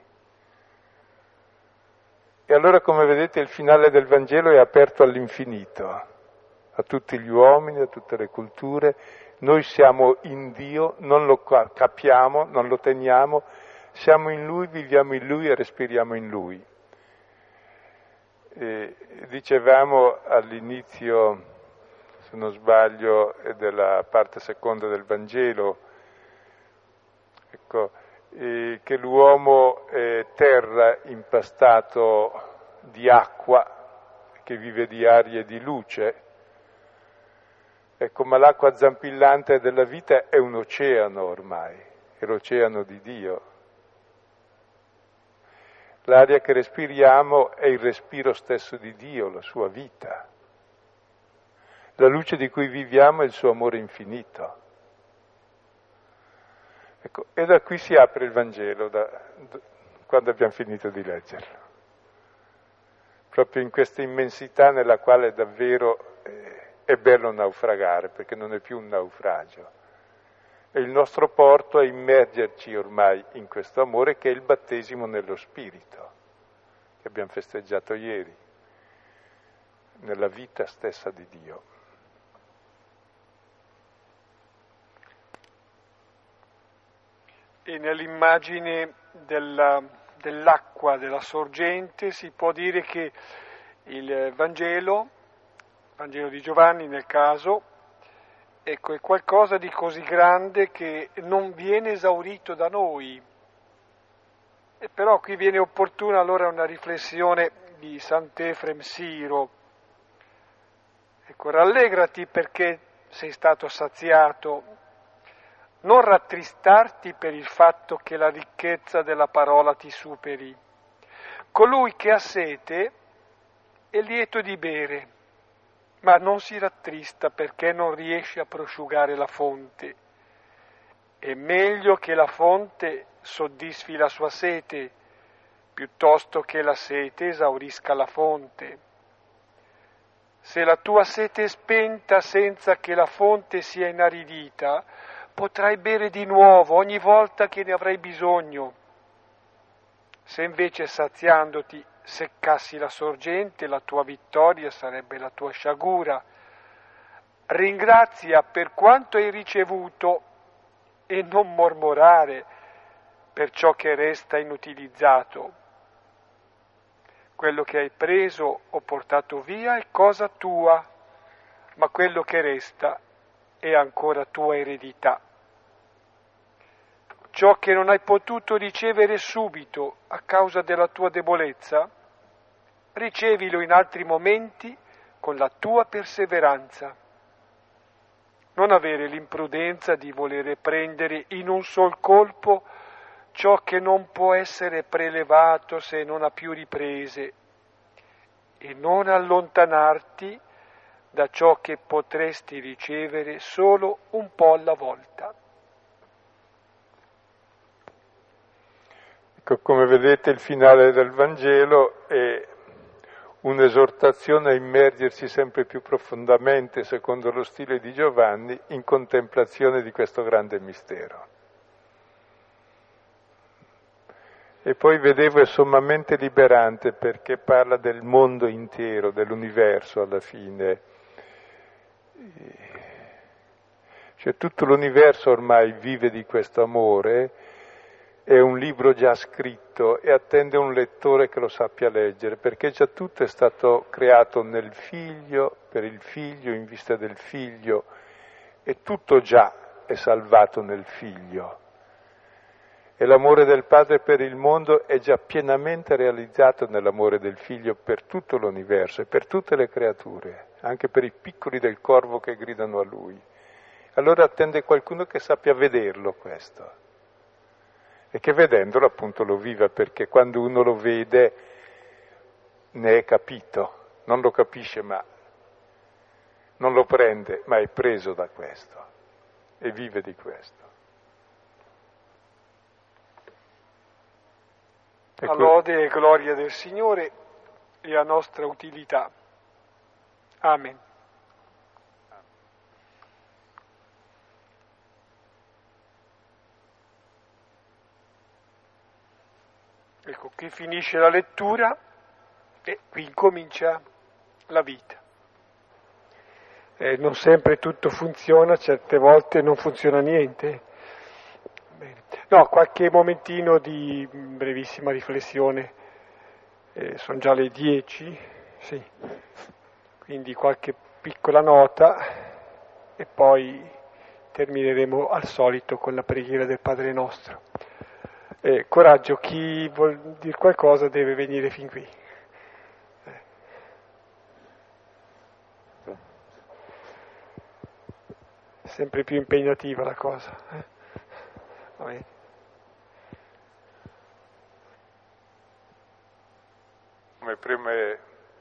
E allora, come vedete, il finale del Vangelo è aperto all'infinito, a tutti gli uomini, a tutte le culture. Noi siamo in Dio, non lo capiamo, non lo teniamo, siamo in Lui, viviamo in Lui e respiriamo in Lui. E dicevamo all'inizio, se non sbaglio, della parte seconda del Vangelo, ecco, che l'uomo è terra impastato di acqua, che vive di aria e di luce. Ecco, ma l'acqua zampillante della vita è un oceano ormai, è l'oceano di Dio. L'aria che respiriamo è il respiro stesso di Dio, la sua vita. La luce di cui viviamo è il suo amore infinito. Ecco, e da qui si apre il Vangelo, quando abbiamo finito di leggerlo. Proprio in questa immensità nella quale davvero è bello naufragare, perché non è più un naufragio. E il nostro porto è immergerci ormai in questo amore che è il battesimo nello Spirito, che abbiamo festeggiato ieri, nella vita stessa di Dio. E nell'immagine dell'acqua, della sorgente, si può dire che il Vangelo di Giovanni nel caso, ecco, è qualcosa di così grande che non viene esaurito da noi. E però qui viene opportuna allora una riflessione di Sant'Efrem Siro. Ecco, rallegrati perché sei stato saziato, non rattristarti per il fatto che la ricchezza della parola ti superi. Colui che ha sete è lieto di bere, ma non si rattrista perché non riesce a prosciugare la fonte. È meglio che la fonte soddisfi la sua sete, piuttosto che la sete esaurisca la fonte. Se la tua sete è spenta senza che la fonte sia inaridita, potrai bere di nuovo ogni volta che ne avrai bisogno. Se invece saziandoti seccassi la sorgente, la tua vittoria sarebbe la tua sciagura. Ringrazia per quanto hai ricevuto e non mormorare per ciò che resta inutilizzato. Quello che hai preso o portato via è cosa tua, ma quello che resta è ancora tua eredità. Ciò che non hai potuto ricevere subito a causa della tua debolezza, ricevilo in altri momenti con la tua perseveranza. Non avere l'imprudenza di volere prendere in un sol colpo ciò che non può essere prelevato se non ha più riprese, e non allontanarti da ciò che potresti ricevere solo un po' alla volta. Ecco, come vedete, il finale del Vangelo è un'esortazione a immergersi sempre più profondamente, secondo lo stile di Giovanni, in contemplazione di questo grande mistero. E poi vedevo è sommamente liberante perché parla del mondo intero, dell'universo alla fine. Cioè tutto l'universo ormai vive di questo amore, è un libro già scritto e attende un lettore che lo sappia leggere, perché già tutto è stato creato nel Figlio, per il Figlio, in vista del Figlio, e tutto già è salvato nel Figlio. E l'amore del Padre per il mondo è già pienamente realizzato nell'amore del Figlio per tutto l'universo e per tutte le creature, anche per i piccoli del corvo che gridano a Lui. Allora attende qualcuno che sappia vederlo questo e che vedendolo appunto lo viva, perché quando uno lo vede ne è capito, non lo capisce ma non lo prende, ma è preso da questo. e vive di questo. A lode e gloria del Signore e a nostra utilità. Amen. Ecco, qui finisce la lettura e qui incomincia la vita. Non sempre tutto funziona, certe volte non funziona niente. Bene. No, qualche momentino di brevissima riflessione. Sono già le 10, sì. Quindi qualche piccola nota e poi termineremo al solito con la preghiera del Padre Nostro. Coraggio, chi vuol dire qualcosa deve venire fin qui. Sempre più impegnativa la cosa. Va bene. Come preme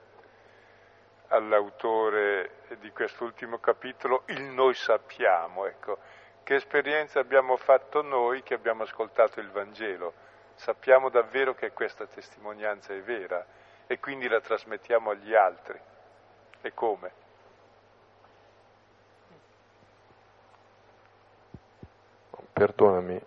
all'autore di quest'ultimo capitolo il noi sappiamo, ecco, che esperienza abbiamo fatto noi che abbiamo ascoltato il Vangelo. Sappiamo davvero che questa testimonianza è vera e quindi la trasmettiamo agli altri. E come? Perdonami,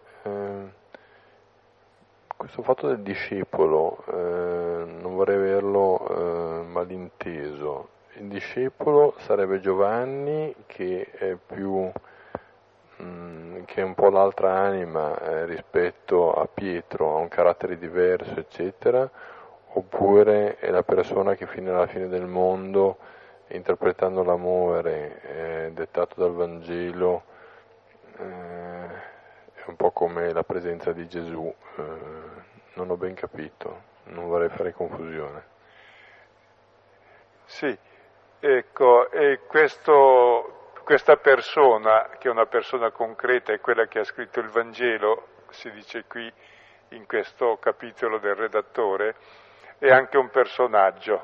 questo fatto del discepolo non vorrei averlo malinteso. Il discepolo sarebbe Giovanni che è più che è un po' l'altra anima rispetto a Pietro, ha un carattere diverso, eccetera, oppure è la persona che fino alla fine del mondo, interpretando l'amore dettato dal Vangelo, è un po' come la presenza di Gesù, non ho ben capito, non vorrei fare confusione. Sì, ecco, e questa persona, che è una persona concreta, è quella che ha scritto il Vangelo, si dice qui in questo capitolo del redattore, è anche un personaggio,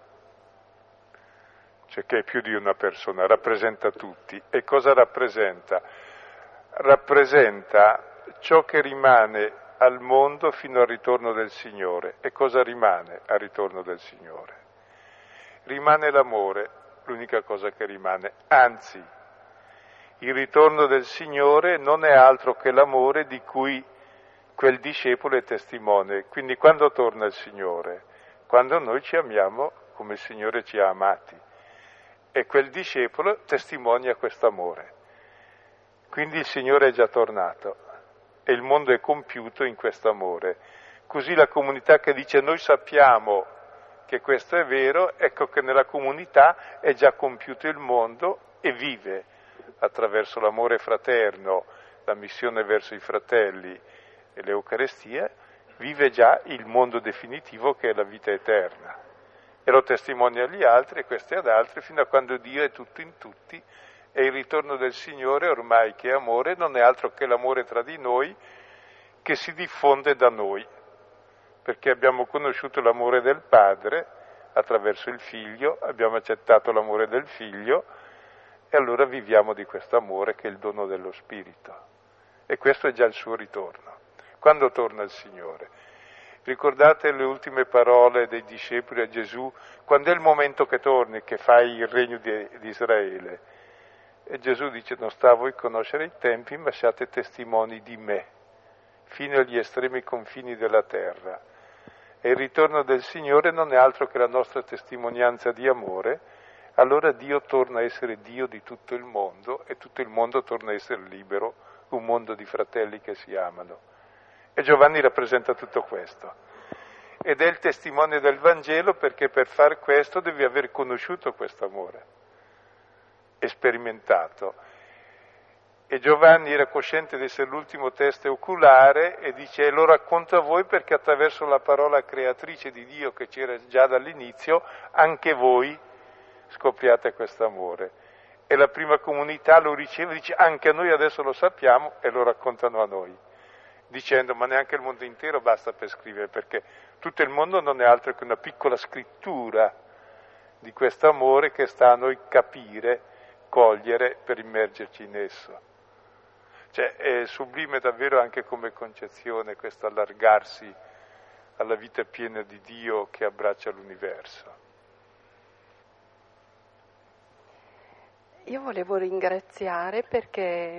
cioè che è più di una persona, rappresenta tutti. E cosa rappresenta? Rappresenta ciò che rimane al mondo fino al ritorno del Signore. E cosa rimane al ritorno del Signore? Rimane l'amore, l'unica cosa che rimane. Anzi, il ritorno del Signore non è altro che l'amore di cui quel discepolo è testimone. Quindi quando torna il Signore? Quando noi ci amiamo come il Signore ci ha amati. E quel discepolo testimonia questo amore. Quindi il Signore è già tornato e il mondo è compiuto in questo amore. Così la comunità che dice noi sappiamo che questo è vero, ecco che nella comunità è già compiuto il mondo e vive attraverso l'amore fraterno, la missione verso i fratelli e l'Eucarestia, vive già il mondo definitivo che è la vita eterna. E lo testimonia agli altri e questi ad altri fino a quando Dio è tutto in tutti. E il ritorno del Signore, ormai che è amore, non è altro che l'amore tra di noi che si diffonde da noi, perché abbiamo conosciuto l'amore del Padre attraverso il Figlio, abbiamo accettato l'amore del Figlio e allora viviamo di questo amore che è il dono dello Spirito. E questo è già il suo ritorno. Quando torna il Signore? Ricordate le ultime parole dei discepoli a Gesù, quando è il momento che torni, che fai il regno di Israele? E Gesù dice, non sta a voi conoscere i tempi, ma siate testimoni di me, fino agli estremi confini della terra. E il ritorno del Signore non è altro che la nostra testimonianza di amore, allora Dio torna a essere Dio di tutto il mondo e tutto il mondo torna a essere libero, un mondo di fratelli che si amano. E Giovanni rappresenta tutto questo. Ed è il testimone del Vangelo perché per far questo devi aver conosciuto questo amore e sperimentato. E Giovanni era cosciente di essere l'ultimo teste oculare e dice lo racconto a voi perché attraverso la parola creatrice di Dio che c'era già dall'inizio anche voi scopriate questo amore. E la prima comunità lo riceve e dice anche noi adesso lo sappiamo e lo raccontano a noi, dicendo ma neanche il mondo intero basta per scrivere, perché tutto il mondo non è altro che una piccola scrittura di questo amore che sta a noi capire, cogliere per immergerci in esso. Cioè è sublime davvero anche come concezione questo allargarsi alla vita piena di Dio che abbraccia l'universo. Io volevo ringraziare perché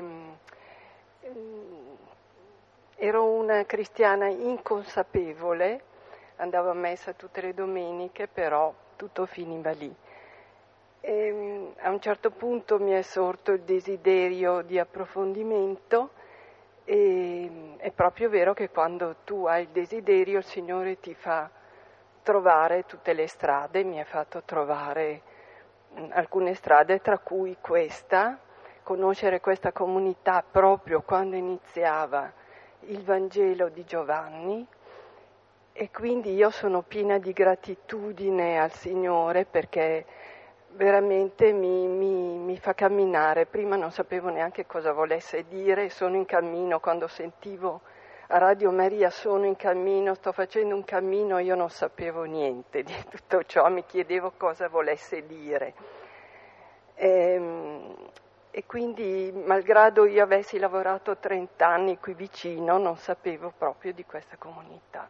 ero una cristiana inconsapevole, andavo a messa tutte le domeniche, però tutto finiva lì. E a un certo punto mi è sorto il desiderio di approfondimento e è proprio vero che quando tu hai il desiderio il Signore ti fa trovare tutte le strade, mi ha fatto trovare alcune strade, tra cui questa, conoscere questa comunità proprio quando iniziava il Vangelo di Giovanni, e quindi io sono piena di gratitudine al Signore perché veramente mi fa camminare. Prima non sapevo neanche cosa volesse dire, sono in cammino, quando sentivo a Radio Maria sono in cammino, sto facendo un cammino, io non sapevo niente di tutto ciò, mi chiedevo cosa volesse dire. E quindi, malgrado io avessi lavorato 30 anni qui vicino, non sapevo proprio di questa comunità.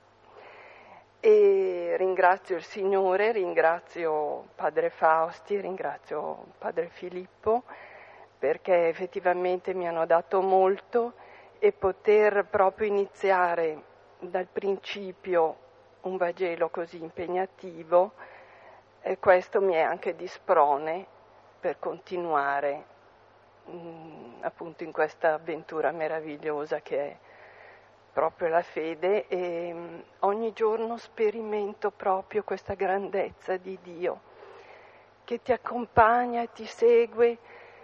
E ringrazio il Signore, ringrazio Padre Fausti, ringrazio Padre Filippo, perché effettivamente mi hanno dato molto, e poter proprio iniziare dal principio un Vangelo così impegnativo, questo mi è anche di sprone per continuare appunto in questa avventura meravigliosa che è proprio la fede, e ogni giorno sperimento proprio questa grandezza di Dio che ti accompagna, ti segue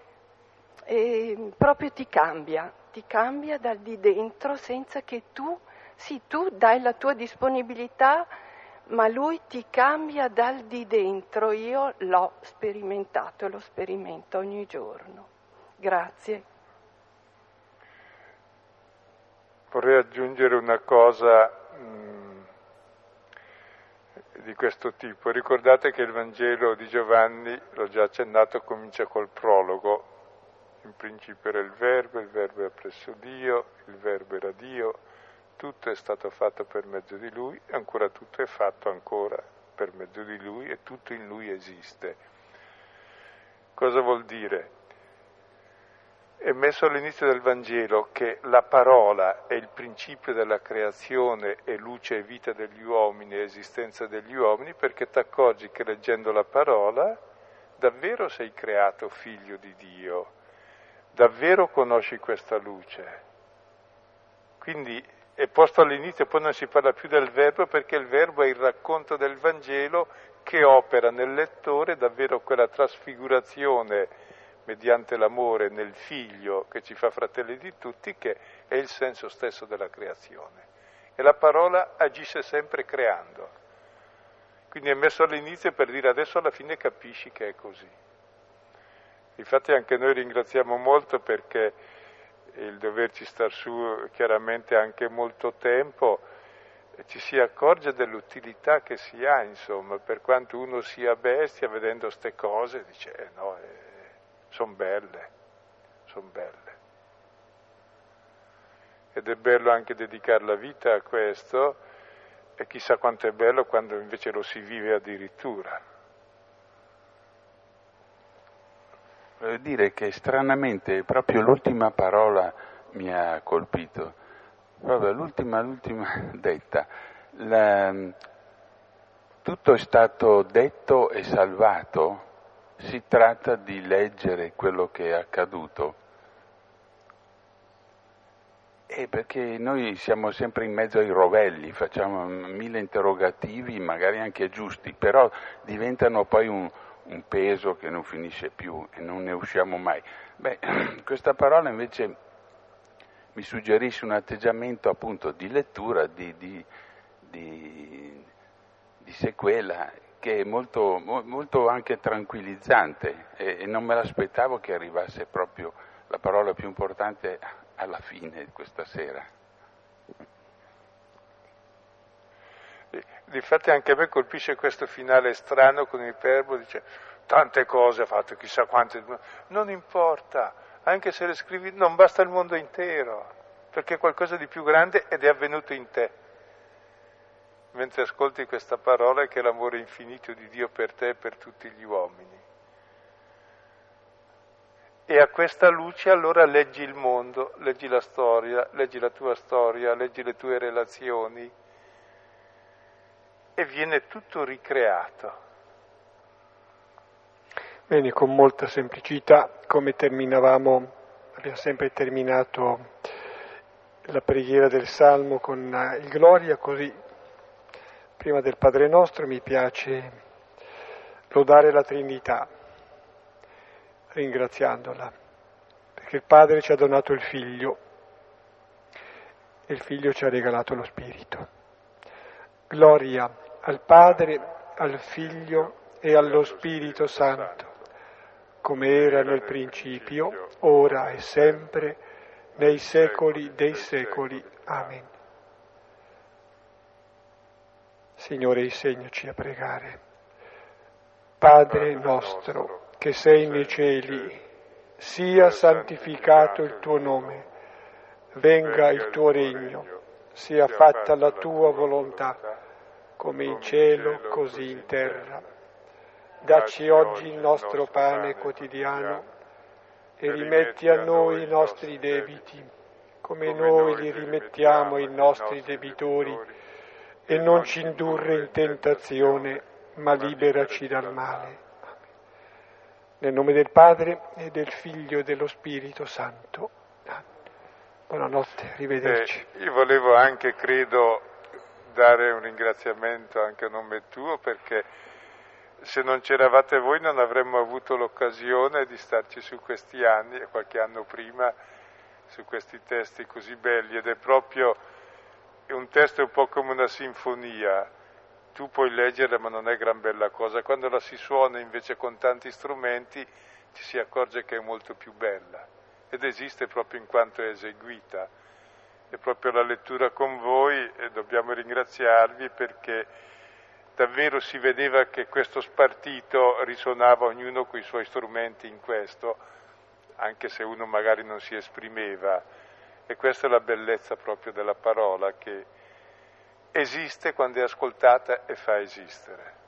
e proprio ti cambia dal di dentro senza che tu dai la tua disponibilità, ma Lui ti cambia dal di dentro. Io l'ho sperimentato e lo sperimento ogni giorno. Grazie. Vorrei aggiungere una cosa di questo tipo. Ricordate che il Vangelo di Giovanni, l'ho già accennato, comincia col prologo. In principio era il Verbo era presso Dio, il Verbo era Dio, tutto è stato fatto per mezzo di Lui, e ancora tutto è fatto ancora per mezzo di Lui, e tutto in Lui esiste. Cosa vuol dire? È messo all'inizio del Vangelo che la parola è il principio della creazione, e luce e vita degli uomini, e esistenza degli uomini, perché ti accorgi che leggendo la parola davvero sei creato figlio di Dio, davvero conosci questa luce. Quindi è posto all'inizio, poi non si parla più del Verbo, perché il Verbo è il racconto del Vangelo che opera nel lettore davvero quella trasfigurazione mediante l'amore nel Figlio che ci fa fratelli di tutti, che è il senso stesso della creazione. E la parola agisce sempre creando. Quindi è messo all'inizio per dire adesso alla fine capisci che è così. Infatti anche noi ringraziamo molto, perché il doverci star su chiaramente anche molto tempo, ci si accorge dell'utilità che si ha, insomma, per quanto uno sia bestia vedendo ste cose, dice no, sono belle. Ed è bello anche dedicare la vita a questo, e chissà quanto è bello quando invece lo si vive addirittura. Voglio dire che stranamente proprio l'ultima parola mi ha colpito, proprio l'ultima detta. Tutto è stato detto e salvato, si tratta di leggere quello che è accaduto. E perché noi siamo sempre in mezzo ai rovelli, facciamo 1000 interrogativi, magari anche giusti, però diventano poi un peso che non finisce più e non ne usciamo mai. Questa parola invece mi suggerisce un atteggiamento appunto di lettura, di sequela, che è molto, molto anche tranquillizzante, e non me l'aspettavo che arrivasse proprio la parola più importante alla fine di questa sera. Difatti anche a me colpisce questo finale strano con il Verbo, dice tante cose ha fatto, chissà quante, non importa, anche se le scrivi non basta il mondo intero, perché è qualcosa di più grande ed è avvenuto in te. Mentre ascolti questa parola che è l'amore infinito di Dio per te e per tutti gli uomini. E a questa luce allora leggi il mondo, leggi la storia, leggi la tua storia, leggi le tue relazioni e viene tutto ricreato. Bene, con molta semplicità, come abbiamo sempre terminato la preghiera del Salmo con il Gloria, così prima del Padre Nostro mi piace lodare la Trinità, ringraziandola, perché il Padre ci ha donato il Figlio e il Figlio ci ha regalato lo Spirito. Gloria al Padre, al Figlio e allo Spirito Santo, come era nel principio, ora e sempre, nei secoli dei secoli. Amen. Signore, insegnaci a pregare. Padre nostro, che sei nei cieli, sia santificato il tuo nome, venga il tuo regno, sia fatta la tua volontà, come in cielo, così in terra. Dacci oggi il nostro pane quotidiano e rimetti a noi i nostri debiti, come noi li rimettiamo ai nostri debitori, e non ci indurre in tentazione, ma liberaci dal male. Nel nome del Padre e del Figlio e dello Spirito Santo. Buonanotte, arrivederci. Io volevo anche, credo, dare un ringraziamento anche a nome tuo, perché se non c'eravate voi non avremmo avuto l'occasione di starci su questi anni, e qualche anno prima, su questi testi così belli, ed è proprio un testo un po' come una sinfonia. Tu puoi leggerla ma non è gran bella cosa, quando la si suona invece con tanti strumenti ci si accorge che è molto più bella, ed esiste proprio in quanto è eseguita. È proprio la lettura con voi e dobbiamo ringraziarvi, perché davvero si vedeva che questo spartito risuonava ognuno coi suoi strumenti in questo, anche se uno magari non si esprimeva. E questa è la bellezza proprio della parola, che esiste quando è ascoltata e fa esistere.